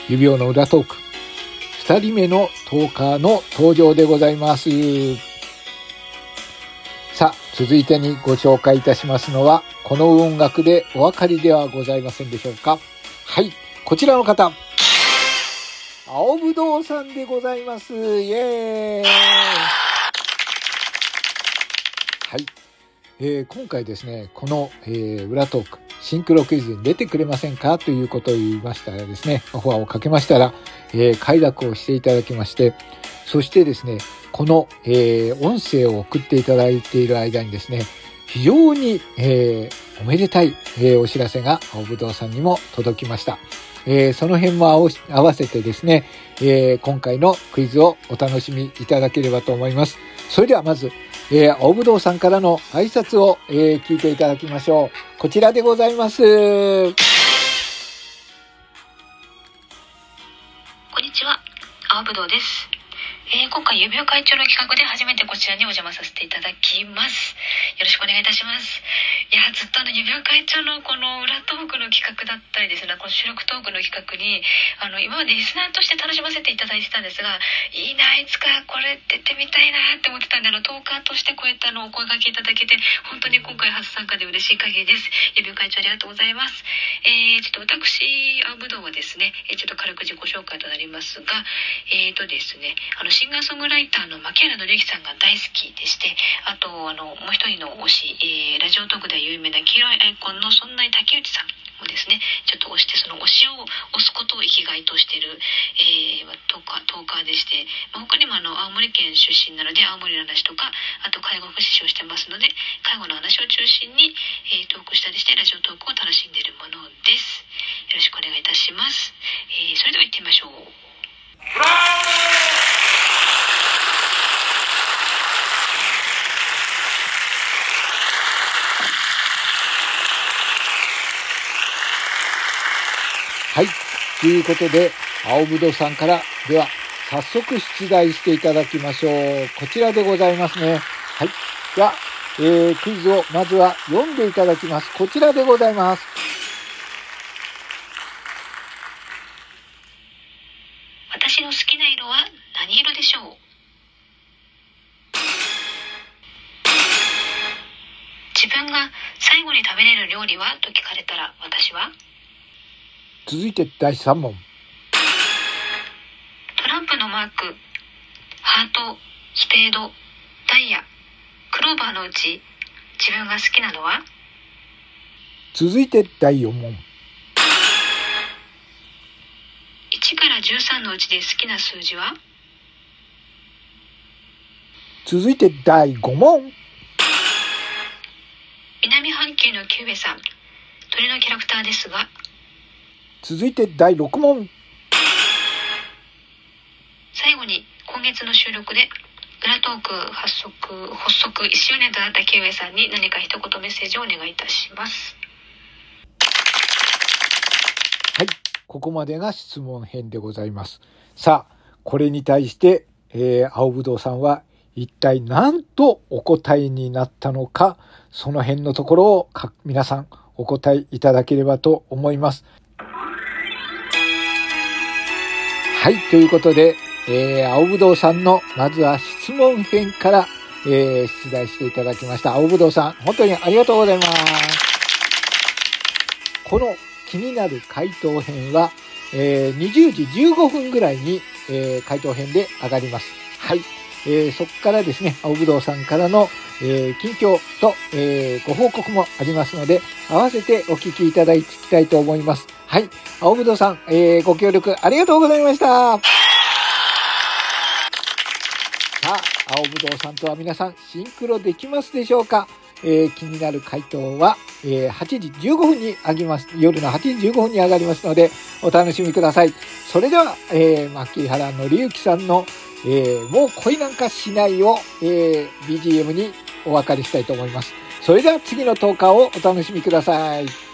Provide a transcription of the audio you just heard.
指輪の裏トーク2人目のトーカーの登場でございます。さあ、続いてにご紹介いたしますのは、この音楽でお分かりではございませんでしょうか。はい、こちらの方、青ぶどうさんでございます。イエーイ。はい、今回ですね、この、裏トークシンクロクイズに出てくれませんかということを言いましたらですね、オファーをかけましたら、快諾をしていただきまして、そしてですね、この、音声を送っていただいている間にですね、非常に、おめでたい、お知らせが青ぶどうさんにも届きました。その辺も合わせてですね、今回のクイズをお楽しみいただければと思います。それではまず、青ぶどうさんからの挨拶を、聞いていただきましょう。こちらでございます。 こんにちは、青ぶどうです。今回指輪会長の企画で初めてこちらにお邪魔させていただきます。よろしくお願いいたします。いや、ずっと指輪会長のこの裏トークの企画だったりですね、この収録トークの企画に今までリスナーとして楽しませていただいてたんですが、いいな、いつかこれ出てみたいなって思ってたんで、トーカーとしてこうやってお声掛けいただけて本当に今回初参加で嬉しい限りです。指輪会長ありがとうございます。ちょっと私青ぶどうはですね、ちょっと軽く自己紹介となりますが、ですね、シンガーソングライターの牧原紀之さんが大好きでして、あともう一人の推し、ラジオトークでは有名な黄色いアイコンのそんな竹内さんもですね、ちょっと推して、その推しを推すことを生きがいとしている、トーカーでして、他にも青森県出身なので青森の話とか、あと介護福祉士をしてますので介護の話を中心に、トークしたりしてラジオトークを楽しんでいるものです。よろしくお願いいたします。それでは行ってみましょう。 はい、ということで青ぶどうさんからでは早速出題していただきましょう。こちらでございますね。はい、では、クイズをまずは読んでいただきます。こちらでございます。 私の好きな色は何色でしょう？自分が最後に食べれる料理はと聞かれたら私は？ 続いて第3問。 トランプのマーク、ハート、スペード、ダイヤ、クローバーのうち自分が好きなのは？ 続いて第4問。 1から13のうちで好きな数字は？ 続いて第5問。 南半球のキューベさん、鳥のキャラクターですが？ 続いて第6問。 最後に今月の収録で裏トーク発足1周年となったキューベさんに何か一言メッセージをお願いいたします。 はい、ここまでが質問編でございます。さあ、これに対して、青ぶどうさんは一体何とお答えになったのか、その辺のところを皆さんお答えいただければと思います。はい、ということで、青ぶどうさんのまずは質問編から、出題していただきました。青ぶどうさん、本当にありがとうございます。この気になる回答編は、20時15分ぐらいに、回答編で上がります。はい、そこからですね、青ぶどうさんからの、近況と、ご報告もありますので、合わせてお聞きいただきたいと思います。はい、青ぶどうさん、ご協力ありがとうございました。さあ、青ぶどうさんとは皆さんシンクロできますでしょうか？気になる回答は、8時15分に上げます。夜の8時15分に上がりますので、お楽しみください。それでは、牧原紀之さんの、もう恋なんかしないを、BGM にお別れしたいと思います。それでは次のトーカーをお楽しみください。